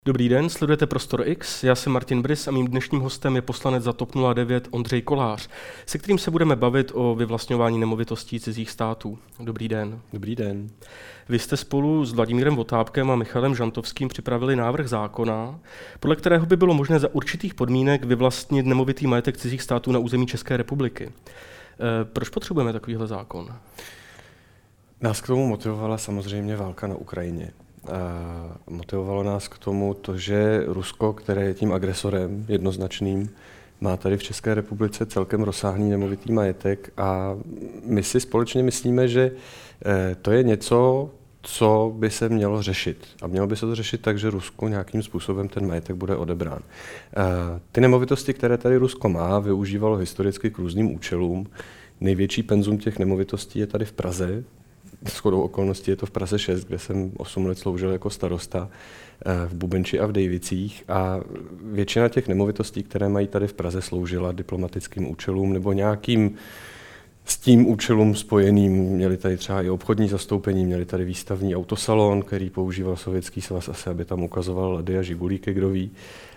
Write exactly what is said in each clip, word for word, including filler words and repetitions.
Dobrý den, sledujete Prostor X, já jsem Martin Brys a mým dnešním hostem je poslanec za TOP nula devět Ondřej Kolář, se kterým se budeme bavit o vyvlastňování nemovitostí cizích států. Dobrý den. Dobrý den. Vy jste spolu s Vladimírem Votápkem a Michalem Žantovským připravili návrh zákona, podle kterého by bylo možné za určitých podmínek vyvlastnit nemovitý majetek cizích států na území České republiky. E, proč potřebujeme takovýhle zákon? Nás k tomu motivovala samozřejmě válka na Ukrajině. A motivovalo nás k tomu to, že Rusko, které je tím agresorem jednoznačným, má tady v České republice celkem rozsáhlý nemovitý majetek a my si společně myslíme, že to je něco, co by se mělo řešit. A mělo by se to řešit tak, že Rusku nějakým způsobem ten majetek bude odebrán. Ty nemovitosti, které tady Rusko má, využívalo historicky k různým účelům. Největší penzum těch nemovitostí je tady v Praze. Shodou okolností je to v Praze šest, kde jsem osm let sloužil jako starosta v Bubenči a v Dejvicích a většina těch nemovitostí, které mají tady v Praze, sloužila diplomatickým účelům nebo nějakým s tím účelům spojeným. Měli tady třeba i obchodní zastoupení, měli tady výstavní autosalon, který používal Sovětský svaz asi, aby tam ukazoval Lady a žigulíky, kdo ví.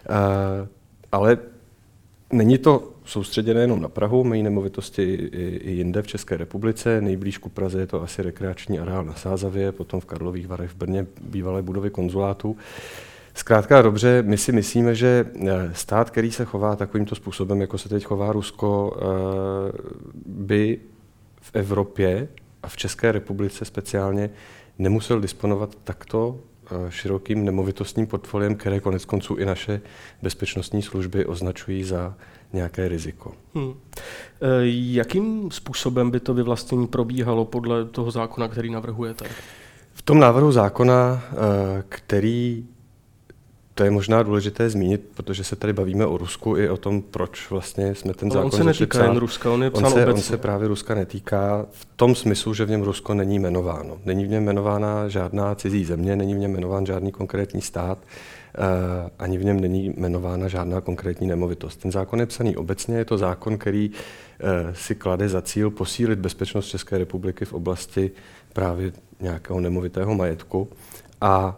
Ale není to soustředěné jenom na Prahu, mají nemovitosti i jinde v České republice. Nejblíž ku Praze je to asi rekreační areál na Sázavě, potom v Karlových Varech v Brně bývalé budovy konzulátu. Zkrátka dobře, my si myslíme, že stát, který se chová takovýmto způsobem, jako se teď chová Rusko, by v Evropě a v České republice speciálně nemusel disponovat takto širokým nemovitostním portfoliem, které konec konců i naše bezpečnostní služby označují za nějaké riziko. Hmm. E, jakým způsobem by to vyvlastnění probíhalo podle toho zákona, který navrhujete? V tom návrhu zákona, který, to je možná důležité zmínit, protože se tady bavíme o Rusku i o tom, proč vlastně jsme ten Ale zákon on se netýká psát. jen Ruska, on je psán on se, obecně. On se právě Ruska netýká v tom smyslu, že v něm Rusko není jmenováno. Není v něm jmenována žádná cizí země, není v něm jmenován žádný konkrétní stát, Uh, ani v něm není jmenována žádná konkrétní nemovitost. Ten zákon je psaný obecně, je to zákon, který uh, si klade za cíl posílit bezpečnost České republiky v oblasti právě nějakého nemovitého majetku. A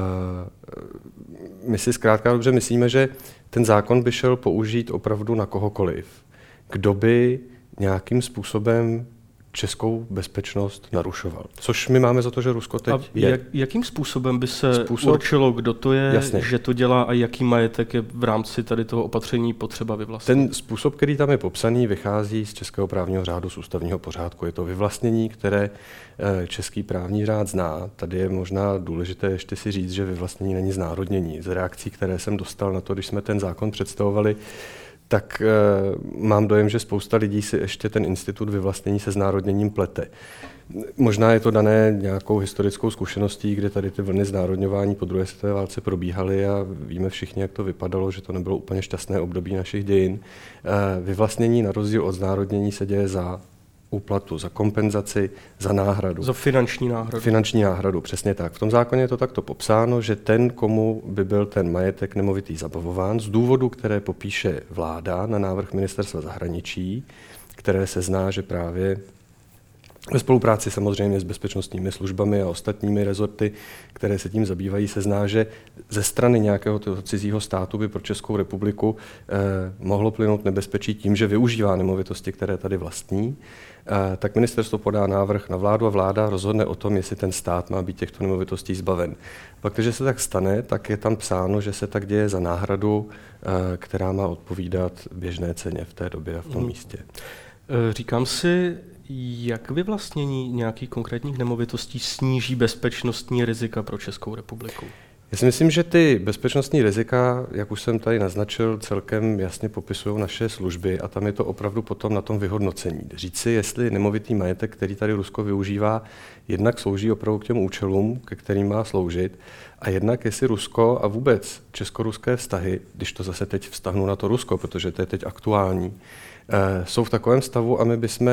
uh, my si zkrátka dobře myslíme, že ten zákon by šel použít opravdu na kohokoliv. Kdo by nějakým způsobem českou bezpečnost narušoval. Což my máme za to, že Rusko teď a je. Jak, jakým způsobem by se Způsob... určilo, kdo to je, Jasně. že to dělá a jaký majetek je v rámci tady toho opatření potřeba vyvlastnit? Ten způsob, který tam je popsaný, vychází z českého právního řádu, z ústavního pořádku. Je to vyvlastnění, které český právní řád zná. Tady je možná důležité ještě si říct, že vyvlastnění není znárodnění. Z reakcí, které jsem dostal na to, když jsme ten zákon představovali, tak uh, mám dojem, že spousta lidí si ještě ten institut vyvlastnění se znárodněním plete. Možná je to dané nějakou historickou zkušeností, kde tady ty vlny znárodňování po druhé světové válce probíhaly a víme všichni, jak to vypadalo, že to nebylo úplně šťastné období našich dějin. Uh, vyvlastnění na rozdíl od znárodnění se děje za úplatu, za kompenzaci, za náhradu. Za finanční náhradu. Finanční náhradu, přesně tak. V tom zákoně je to takto popsáno, že ten, komu by byl ten majetek nemovitý zabavován, z důvodu, které popíše vláda na návrh ministerstva zahraničí, které se zná, že právě ve spolupráci samozřejmě s bezpečnostními službami a ostatními rezorty, které se tím zabývají, se zná, že ze strany nějakého toho cizího státu by pro Českou republiku eh, mohlo plynout nebezpečí tím, že využívá nemovitosti, které tady vlastní. Eh, tak ministerstvo podá návrh na vládu a vláda rozhodne o tom, jestli ten stát má být těchto nemovitostí zbaven. Pak, když se tak stane, tak je tam psáno, že se tak děje za náhradu, eh, která má odpovídat běžné ceně v té době a v tom hmm. místě. Říkám si, jak vyvlastnění nějakých konkrétních nemovitostí sníží bezpečnostní rizika pro Českou republiku? Já si myslím, že ty bezpečnostní rizika, jak už jsem tady naznačil, celkem jasně popisují naše služby a tam je to opravdu potom na tom vyhodnocení. Říct si, jestli nemovitý majetek, který tady Rusko využívá, jednak slouží opravdu k těm účelům, ke kterým má sloužit, a jednak jestli Rusko a vůbec česko-ruské vztahy, když to zase teď vztahnu na to Rusko, protože to je teď aktuální, jsou v takovém stavu, a my bychom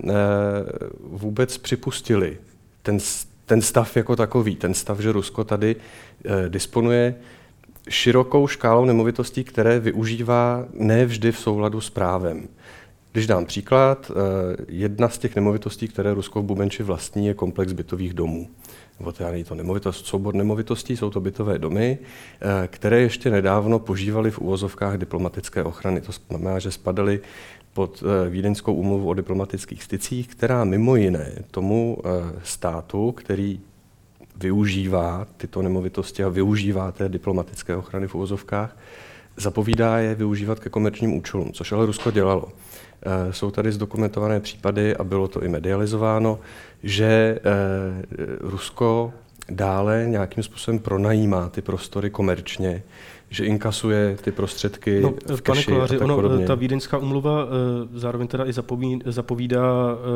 vůbec připustili ten, ten stav jako takový, ten stav, že Rusko tady disponuje širokou škálou nemovitostí, které využívá ne vždy v souladu s právem. Když dám příklad, jedna z těch nemovitostí, které Rusko v Bubenči vlastní, je komplex bytových domů. Nebo teda není to nemovitost, soubor nemovitostí, jsou to bytové domy, které ještě nedávno požívaly v uvozovkách diplomatické ochrany. To znamená, že spadaly pod Vídeňskou úmluvu o diplomatických stycích, která mimo jiné tomu státu, který využívá tyto nemovitosti a využívá té diplomatické ochrany v uvozovkách, zapovídá je využívat ke komerčním účelům, což ale Rusko dělalo. Jsou tady zdokumentované případy, a bylo to i medializováno, že Rusko dále nějakým způsobem pronajímá ty prostory komerčně, že inkasuje ty prostředky no, v keši Pane Koláři, a tak ono, podobně. Ta Vídeňská úmluva zároveň teda i zapoví, zapovídá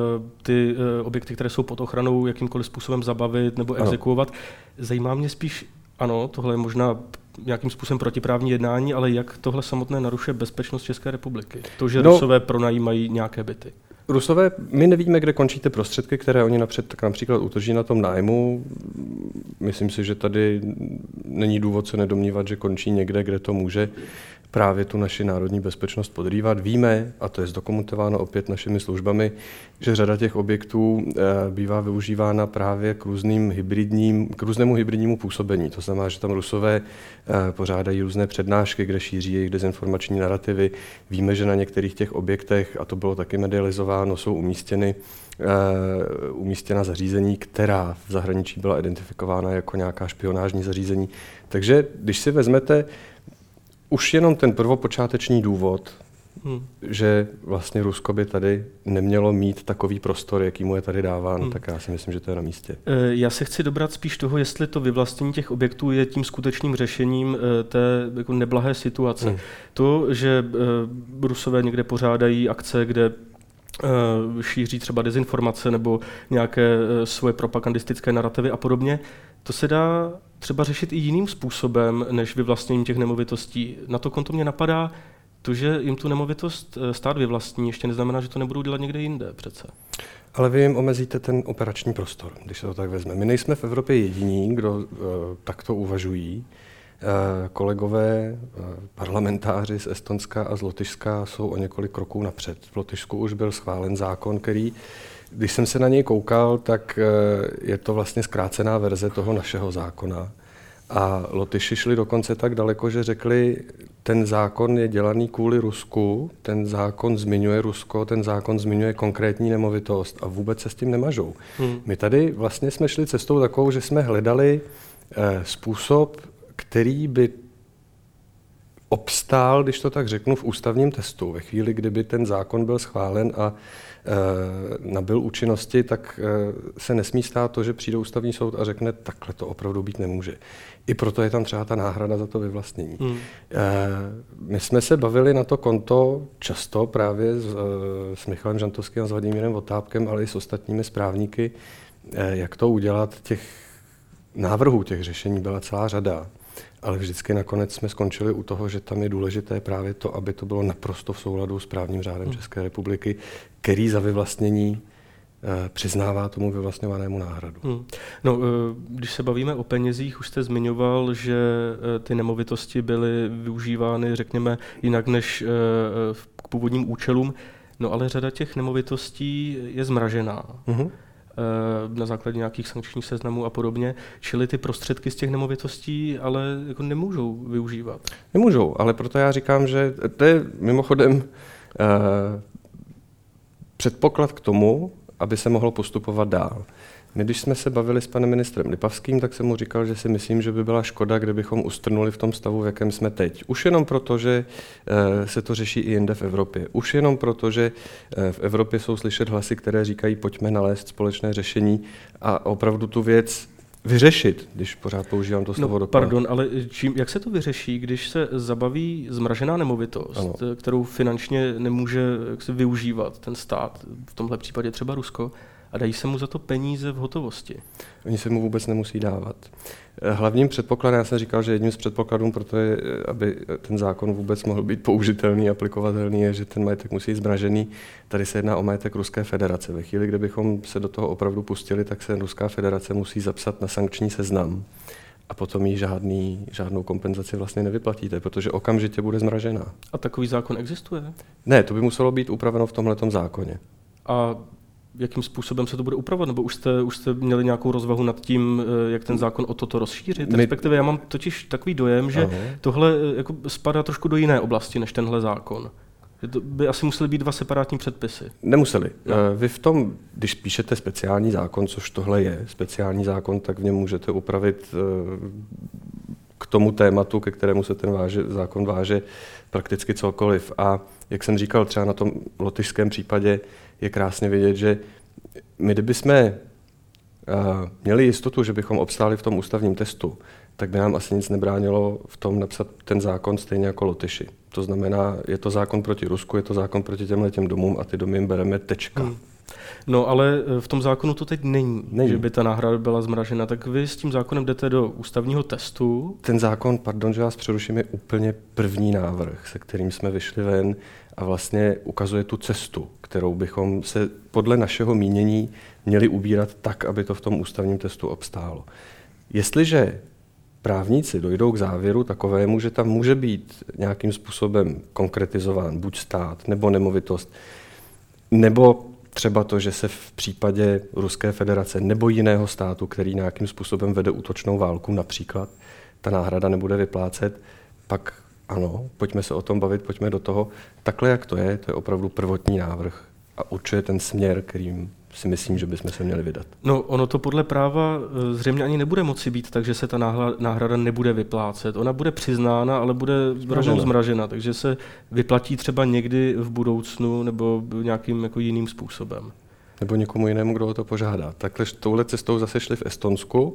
ty objekty, které jsou pod ochranou, jakýmkoliv způsobem zabavit nebo exekuovat. Ano. Zajímá mě spíš, ano, tohle je možná nějakým způsobem protiprávní jednání, ale jak tohle samotné narušuje bezpečnost České republiky? To, že no, Rusové pronajímají nějaké byty. Rusové, my nevíme, kde končí ty prostředky, které oni napřed, tak například utrží na tom nájmu. Myslím si, že tady není důvod se nedomnívat, že končí někde, kde to může právě tu naši národní bezpečnost podrývat. Víme, a to je zdokumentováno opět našimi službami, že řada těch objektů bývá využívána právě k různým hybridním, k různému hybridnímu působení. To znamená, že tam Rusové pořádají různé přednášky, kde šíří jejich dezinformační narrativy. Víme, že na některých těch objektech, a to bylo taky medializováno, jsou umístěny umístěna zařízení, která v zahraničí byla identifikována jako nějaká špionážní zařízení. Takže když si vezmete už jenom ten prvopočáteční důvod, hmm. že vlastně Rusko by tady nemělo mít takový prostor, jaký mu je tady dáván, hmm. tak já si myslím, že to je na místě. Já se chci dobrat spíš toho, jestli to vyvlastnění těch objektů je tím skutečným řešením té jako neblahé situace. Hmm. To, že Rusové někde pořádají akce, kde šíří třeba dezinformace nebo nějaké svoje propagandistické narrativy a podobně, to se dá třeba řešit i jiným způsobem, než vyvlastněním těch nemovitostí. Na to konto mě napadá, to, že jim tu nemovitost stát vyvlastní, ještě neznamená, že to nebudou dělat někde jinde přece. Ale vy jim omezíte ten operační prostor, když se to tak vezme. My nejsme v Evropě jediní, kdo uh, takto uvažují. Uh, kolegové, uh, parlamentáři z Estonska a z Lotyšska jsou o několik kroků napřed. V Lotyšsku už byl schválen zákon, který, když jsem se na něj koukal, tak uh, je to vlastně zkrácená verze toho našeho zákona. A Lotyši šli dokonce tak daleko, že řekli, ten zákon je dělaný kvůli Rusku, ten zákon zmiňuje Rusko, ten zákon zmiňuje konkrétní nemovitost a vůbec se s tím nemažou. Hmm. My tady vlastně jsme šli cestou takovou, že jsme hledali eh, způsob, který by obstál, když to tak řeknu, v ústavním testu. Ve chvíli, kdyby ten zákon byl schválen a e, nabyl účinnosti, tak e, se nesmí stát to, že přijde ústavní soud a řekne, takhle to opravdu být nemůže. I proto je tam třeba ta náhrada za to vyvlastnění. Hmm. E, my jsme se bavili na to konto často právě s, s Michalem Žantovským a s Vladimírem Votápkem, ale i s ostatními správníky, e, jak to udělat. Těch návrhů, těch řešení byla celá řada. Ale vždycky nakonec jsme skončili u toho, že tam je důležité právě to, aby to bylo naprosto v souladu s právním řádem hmm. České republiky, který za vyvlastnění eh, přiznává tomu vyvlastňovanému náhradu. Hmm. No, když se bavíme o penězích, už jste zmiňoval, že ty nemovitosti byly využívány, řekněme, jinak než k původním účelům, no ale řada těch nemovitostí je zmražená. Hmm. Na základě nějakých sankčních seznamů a podobně, čili ty prostředky z těch nemovitostí ale jako nemůžou využívat. Nemůžou, ale proto já říkám, že to je mimochodem eh, předpoklad k tomu, aby se mohlo postupovat dál. My, když jsme se bavili s panem ministrem Lipavským, tak jsem mu říkal, že si myslím, že by byla škoda, kdybychom ustrnuli v tom stavu, v jakém jsme teď. Už jenom proto, že se to řeší i jinde v Evropě. Už jenom proto, že v Evropě jsou slyšet hlasy, které říkají, pojďme nalézt společné řešení a opravdu tu věc vyřešit, když pořád používám to slovo no, dokola. Pardon, ale čím, jak se to vyřeší, když se zabaví zmražená nemovitost, ano. kterou finančně nemůže jak se využívat ten stát, v tomhle případě třeba Rusko, a dají se mu za to peníze v hotovosti? Oni se mu vůbec nemusí dávat. Hlavním předpokladem, já jsem říkal, že jedním z předpokladů pro to je, aby ten zákon vůbec mohl být použitelný, aplikovatelný, je, že ten majetek musí být zmražený. Tady se jedná o majetek Ruské federace. Ve chvíli, kdybychom se do toho opravdu pustili, tak se Ruská federace musí zapsat na sankční seznam. a potom jí žádný, žádnou kompenzaci vlastně nevyplatíte, protože okamžitě bude zmražená. A takový zákon existuje? Ne, to by muselo být upraveno v tomhletom zákoně. A jakým způsobem se to bude upravovat? Nebo už jste, už jste měli nějakou rozvahu nad tím, jak ten zákon o toto rozšířit? Respektive já mám totiž takový dojem, že Aha. tohle jako spadá trošku do jiné oblasti než tenhle zákon. To by asi musely být dva separátní předpisy. Nemuseli. No. Vy v tom, když píšete speciální zákon, což tohle je speciální zákon, tak v něm můžete upravit k tomu tématu, ke kterému se ten váže, zákon váže, prakticky cokoliv. A jak jsem říkal, třeba na tom lotyšském případě je krásně vidět, že my kdybychom měli jistotu, že bychom obstáli v tom ústavním testu, tak by nám asi nic nebránilo v tom napsat ten zákon stejně jako Lotyši. To znamená, je to zákon proti Rusku, je to zákon proti těmhle těm domům a ty domy jim bereme, tečka. Hmm. No ale v tom zákonu to teď není, není, že by ta náhrada byla zmražena. Tak vy s tím zákonem jdete do ústavního testu? Ten zákon, pardon, že vás přeruším, je úplně první návrh, se kterým jsme vyšli ven a vlastně ukazuje tu cestu, kterou bychom se podle našeho mínění měli ubírat tak, aby to v tom ústavním testu obstálo. Jestliže právníci dojdou k závěru takovému, že tam může být nějakým způsobem konkretizován buď stát, nebo nemovitost, nebo třeba to, že se v případě Ruské federace nebo jiného státu, který nějakým způsobem vede útočnou válku, například, ta náhrada nebude vyplácet, pak ano, pojďme se o tom bavit, pojďme do toho. Takhle, jak to je, to je opravdu prvotní návrh a určuje ten směr, kterým si myslím, že bychom se měli vydat. No, ono to podle práva zřejmě ani nebude moci být, takže se ta náhrada nebude vyplácet. Ona bude přiznána, ale bude rovnou zmražena, takže se vyplatí třeba někdy v budoucnu nebo nějakým jako jiným způsobem. Nebo někomu jinému, kdo o to požádá. Takhle touhle cestou zase šli v Estonsku,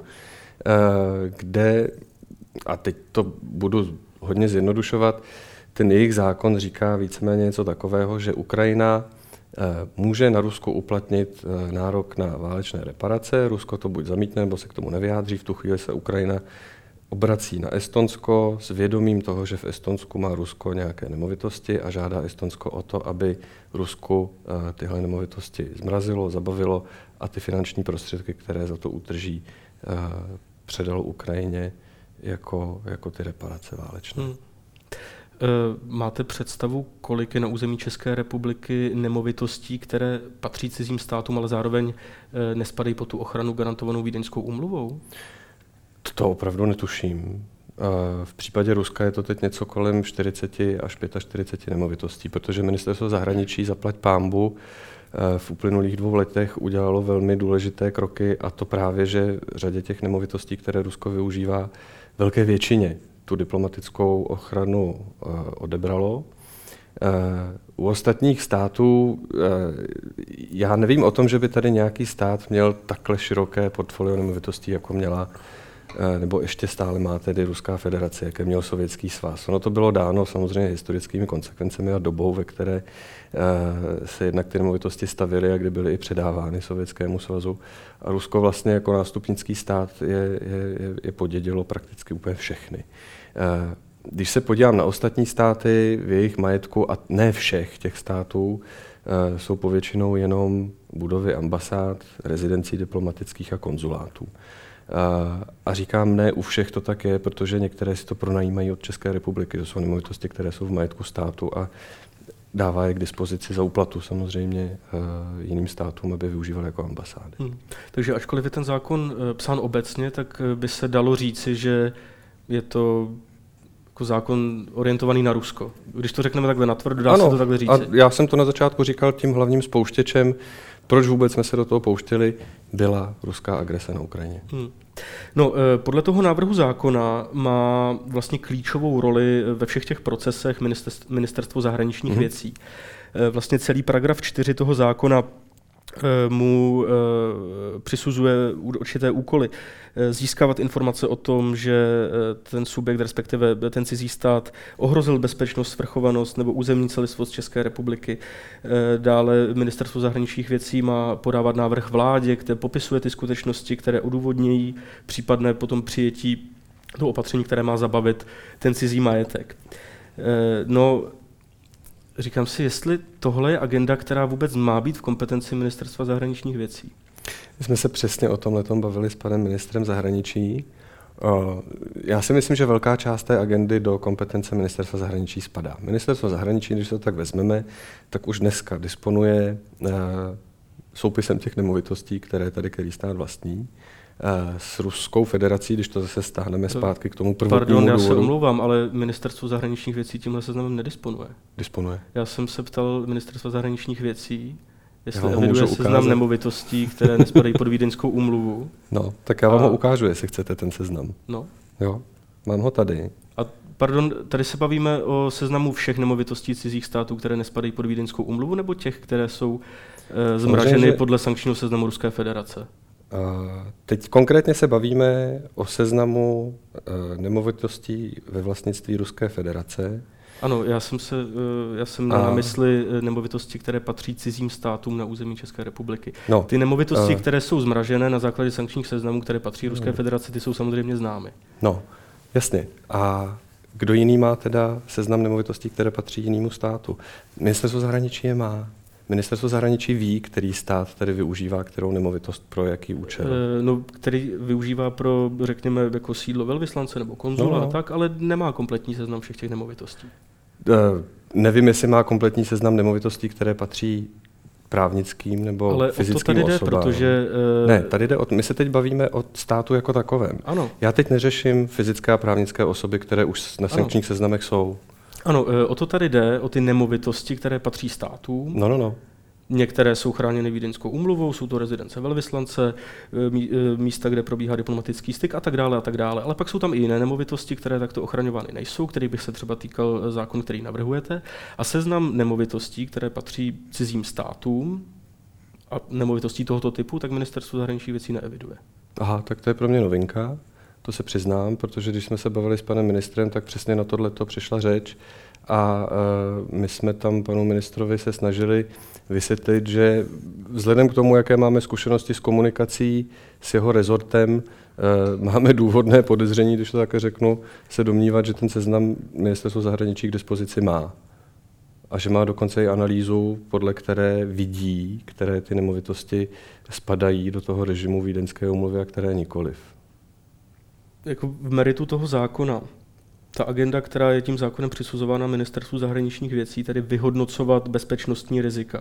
kde, a teď to budu hodně zjednodušovat, ten jejich zákon říká víceméně něco takového, že Ukrajina může na Rusko uplatnit nárok na válečné reparace. Rusko to buď zamítne, nebo se k tomu nevyjádří. V tu chvíli se Ukrajina obrací na Estonsko s vědomím toho, že v Estonsku má Rusko nějaké nemovitosti a žádá Estonsko o to, aby Rusku tyhle nemovitosti zmrazilo, zabavilo a ty finanční prostředky, které za to utrží, předalo Ukrajině jako, jako ty reparace válečné. Hmm. Máte představu, kolik je na území České republiky nemovitostí, které patří cizím státům, ale zároveň nespadají pod tu ochranu garantovanou Vídeňskou úmluvou? To opravdu netuším. V případě Ruska je to teď něco kolem čtyřicet až čtyřicet pět nemovitostí, protože ministerstvo zahraničí zaplať pánbu v uplynulých dvou letech udělalo velmi důležité kroky, a to právě, že řadě těch nemovitostí, které Rusko využívá, velké většině tu diplomatickou ochranu odebralo. U ostatních států, já nevím o tom, že by tady nějaký stát měl takhle široké portfolio nemovitostí, jako měla, nebo ještě stále má tedy Ruská federace, jaké měl Sovětský svaz. Ono to bylo dáno samozřejmě historickými konsekvencemi a dobou, ve které se jednak ty nemovitosti stavěly a kdy byly i předávány Sovětskému svazu. A Rusko vlastně jako nástupnický stát je, je, je podědilo prakticky úplně všechny. Když se podívám na ostatní státy, v jejich majetku, a ne všech těch států, jsou povětšinou jenom budovy ambasád, rezidencí diplomatických a konzulátů. A říkám, ne u všech to tak je, protože některé si to pronajímají od České republiky. To jsou nemovitosti, které jsou v majetku státu a dává je k dispozici za úplatu samozřejmě jiným státům, aby využívali jako ambasády. Hmm. Takže ačkoliv je ten zákon psán obecně, tak by se dalo říci, že je to jako zákon orientovaný na Rusko. Když to řekneme takhle natvrdo, dá ano, se to takhle říci? A já jsem to na začátku říkal tím hlavním spouštěčem, proč vůbec jsme se do toho pouštěli, byla ruská agrese na Ukrajině. Hmm. No, podle toho návrhu zákona má vlastně klíčovou roli ve všech těch procesech ministerstvo zahraničních hmm. věcí. Vlastně celý paragraf čtyři toho zákona mu přisuzuje určité úkoly. Získávat informace o tom, že ten subjekt, respektive ten cizí stát, ohrozil bezpečnost, svrchovanost nebo územní celistvost České republiky. Dále ministerstvo zahraničních věcí má podávat návrh vládě, kde popisuje ty skutečnosti, které odůvodnějí případné potom přijetí toho opatření, které má zabavit ten cizí majetek. No, říkám si, jestli tohle je agenda, která vůbec má být v kompetenci ministerstva zahraničních věcí. My jsme se přesně o tomhletom bavili s panem ministrem zahraničí. Já si myslím, že velká část té agendy do kompetence Ministerstva zahraničí spadá. Ministerstvo zahraničí, když to tak vezmeme, tak už dneska disponuje soupisem těch nemovitostí, které tady který stát vlastní. S Ruskou federací, když to zase stáhneme zpátky k tomu prvotnímu Pardon, já důvodu. se omlouvám, ale Ministerstvo zahraničních věcí tímhle seznamem nedisponuje. Disponuje. Já jsem se ptal Ministerstva zahraničních věcí, jestli Já eviduje seznam nemovitostí, které nespadají pod Vídeňskou úmluvu. No, tak já vám A... ho ukážu, jestli chcete ten seznam. No. Jo, mám ho tady. A pardon, tady se bavíme o seznamu všech nemovitostí cizích států, které nespadají pod Vídeňskou úmluvu, nebo těch, které jsou e, zmraženy že... podle sankčního seznamu Ruské federace? A teď konkrétně se bavíme o seznamu e, nemovitostí ve vlastnictví Ruské federace. Ano, já jsem, se, já jsem měl a... na mysli nemovitosti, které patří cizím státům na území České republiky. No, ty nemovitosti, uh... které jsou zmražené na základě sankčních seznamů, které patří Ruské federaci, ty jsou samozřejmě známy. No, jasně. A kdo jiný má teda seznam nemovitostí, které patří jinému státu? Ministerstvo zahraničí je má. Ministerstvo zahraničí ví, který stát tady využívá kterou nemovitost pro jaký účel? E, no, který využívá pro, řekněme, jako sídlo velvyslance nebo konzula, no, no. tak, ale nemá kompletní seznam všech těch nemovitostí. E, nevím, jestli má kompletní seznam nemovitostí, které patří právnickým nebo ale fyzickým ale tady osobám. Jde, protože, uh... Ne, tady jde o, my se teď bavíme o státu jako takovém. Ano. Já teď neřeším fyzické a právnické osoby, které už na sankčních seznamech jsou. Ano, o to tady jde, o ty nemovitosti, které patří státům. No, no, no. Některé jsou chráněny Vídeňskou úmluvou, jsou to rezidence velvyslance, místa, kde probíhá diplomatický styk a tak dále a tak dále. Ale pak jsou tam i jiné nemovitosti, které takto ochraňovány nejsou, který bych se třeba týkal zákon, který navrhujete. A seznam nemovitostí, které patří cizím státům a nemovitostí tohoto typu, tak Ministerstvo zahraničních věcí neeviduje. Aha, tak to je pro mě novinka. To se přiznám, protože když jsme se bavili s panem ministrem, tak přesně na tohleto přišla řeč a uh, my jsme tam panu ministrovi se snažili vysvětlit, že vzhledem k tomu, jaké máme zkušenosti s komunikací s jeho rezortem, uh, máme důvodné podezření, když to také řeknu, se domnívat, že ten seznam Ministerstvo zahraničí k dispozici má. A že má dokonce i analýzu, podle které vidí, které ty nemovitosti spadají do toho režimu Vídeňské úmluvy a které nikoliv. Jako v meritu toho zákona, ta agenda, která je tím zákonem přisuzována Ministerstvu zahraničních věcí, tedy vyhodnocovat bezpečnostní rizika,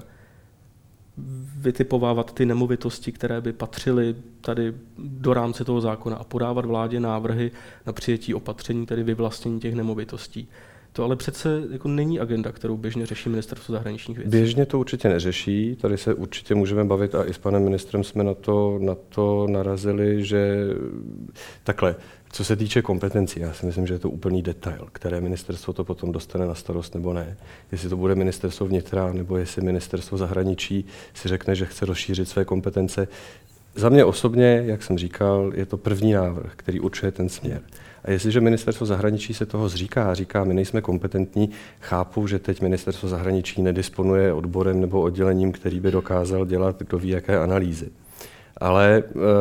vytipovávat ty nemovitosti, které by patřily tady do rámce toho zákona a podávat vládě návrhy na přijetí opatření, tedy vyvlastnění těch nemovitostí. To ale přece jako není agenda, kterou běžně řeší Ministerstvo zahraničních věcí. Běžně to určitě neřeší, tady se určitě můžeme bavit a i s panem ministrem jsme na to, na to narazili, že takhle, co se týče kompetencí, já si myslím, že je to úplný detail, které ministerstvo to potom dostane na starost nebo ne. Jestli to bude ministerstvo vnitra nebo jestli ministerstvo zahraničí si řekne, že chce rozšířit své kompetence. Za mě osobně, jak jsem říkal, je to první návrh, který určuje ten směr. A jestliže ministerstvo zahraničí se toho zříká a říká, my nejsme kompetentní, chápu, že teď ministerstvo zahraničí nedisponuje odborem nebo oddělením, který by dokázal dělat kdo ví jaké analýzy. Ale,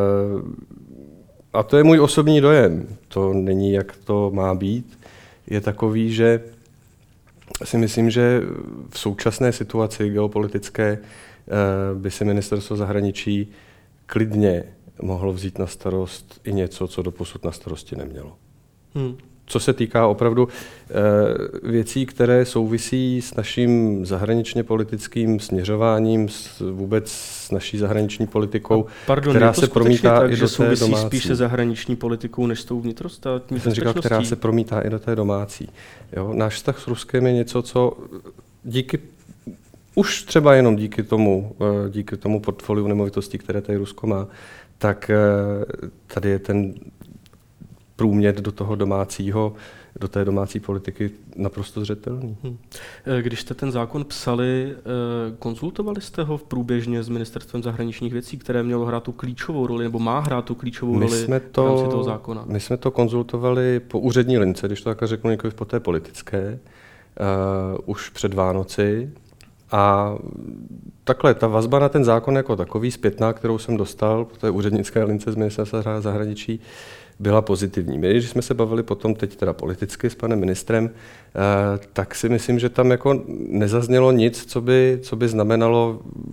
a to je můj osobní dojem, to není, jak to má být, je takový, že si myslím, že v současné situaci geopolitické by si ministerstvo zahraničí klidně mohlo vzít na starost i něco, co doposud na starosti nemělo. Hmm. Co se týká opravdu e, věcí, které souvisí s naším zahraničně politickým směřováním, s, vůbec s naší zahraniční politikou, pardon, která se promítá tak, i do té domácí. Spíš se zahraniční politikou než s tou vnitrostátní jsem říkal, která se promítá i do té domácí. Jo? Náš vztah s Ruskem je něco, co díky už třeba jenom díky tomu, díky tomu portfoliu nemovitostí, které tady Rusko má, tak tady je ten průměr do toho domácího, do té domácí politiky naprosto zřetelný. Hmm. Když jste ten zákon psali, konzultovali jste ho v průběžně s Ministerstvem zahraničních věcí, které mělo hrát tu klíčovou roli, nebo má hrát tu klíčovou my roli to, v rámci toho zákona? My jsme to konzultovali po úřední lince, když to tak řeknu, nikoliv po té politické, uh, už před Vánoci. A takhle, ta vazba na ten zákon jako takový zpětná, kterou jsem dostal po té úřednické lince z Ministerstva zahraničí, byla pozitivní. My, když jsme se bavili potom teď teda politicky s panem ministrem, tak si myslím, že tam jako nezaznělo nic, co by, co by znamenalo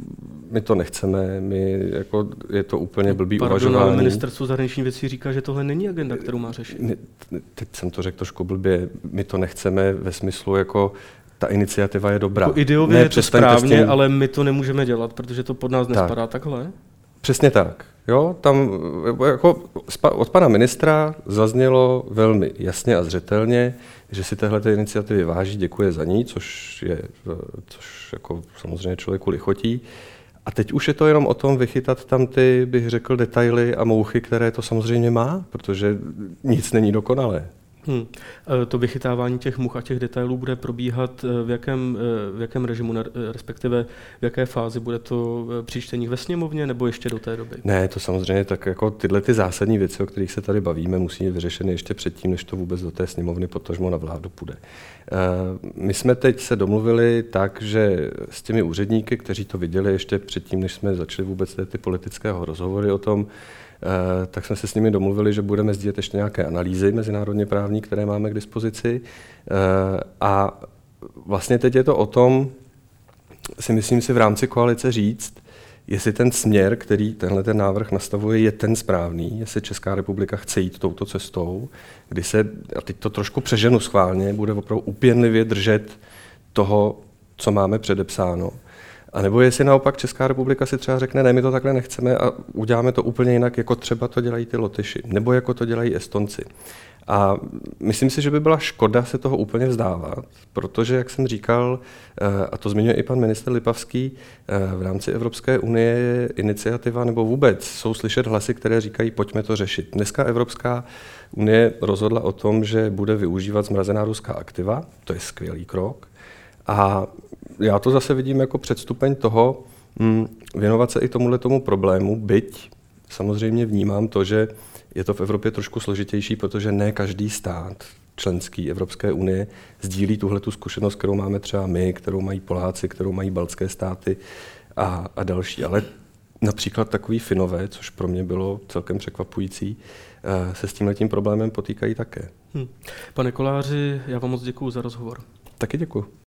my to nechceme, my, jako, je to úplně blbý Pardon, uvažování. ale ministerstvo zahraničních věcí říká, že tohle není agenda, kterou má řešit. My, teď jsem to řekl trošku blbě, my to nechceme ve smyslu, jako ta iniciativa je dobrá. Jako ideově ne, je to správně, tím... ale my to nemůžeme dělat, protože to pod nás nespadá tak. takhle. Přesně tak. Jo, tam jako od pana ministra zaznělo velmi jasně a zřetelně, že si téhle iniciativy váží, děkuje za ní, což je, což jako samozřejmě člověku lichotí. A teď už je to jenom o tom vychytat tam ty, bych řekl, detaily a mouchy, které to samozřejmě má, protože nic není dokonalé. Hmm. To vychytávání těch much a těch detailů bude probíhat v jakém, v jakém režimu, respektive v jaké fázi? Bude to při čteních ve sněmovně nebo ještě do té doby? Ne, to samozřejmě tak jako tyhle ty zásadní věci, o kterých se tady bavíme, musí být vyřešeny ještě předtím, než to vůbec do té sněmovny potažmo na vládu půjde. My jsme teď se domluvili tak, že s těmi úředníky, kteří to viděli ještě předtím, než jsme začali vůbec ty politické rozhovory o tom, tak jsme se s nimi domluvili, že budeme sdílet ještě nějaké analýzy mezinárodně právní, které máme k dispozici. A vlastně teď je to o tom, si myslím si v rámci koalice říct, jestli ten směr, který tenhle ten návrh nastavuje, je ten správný, jestli Česká republika chce jít touto cestou, kdy se, a teď to trošku přeženu schválně, bude opravdu upěnlivě držet toho, co máme předepsáno. A nebo jestli naopak Česká republika si třeba řekne, ne, my to takhle nechceme a uděláme to úplně jinak, jako třeba to dělají ty Lotyši, nebo jako to dělají Estonci. A myslím si, že by byla škoda se toho úplně vzdávat, protože, jak jsem říkal, a to zmiňuje i pan ministr Lipavský, v rámci Evropské unie je iniciativa, nebo vůbec jsou slyšet hlasy, které říkají, pojďme to řešit. Dneska Evropská unie rozhodla o tom, že bude využívat zmrazená ruská aktiva, to je skvělý krok. A já to zase vidím jako předstupeň toho, hm, věnovat se i tomuhle tomu problému, byť samozřejmě vnímám to, že je to v Evropě trošku složitější, protože ne každý stát členský Evropské unie sdílí tuhletu zkušenost, kterou máme třeba my, kterou mají Poláci, kterou mají baltské státy a, a další. Ale například takový Finové, což pro mě bylo celkem překvapující, se s tímhletím problémem potýkají také. Hm. Pane Koláři, já vám moc děkuju za rozhovor. Taky děkuju.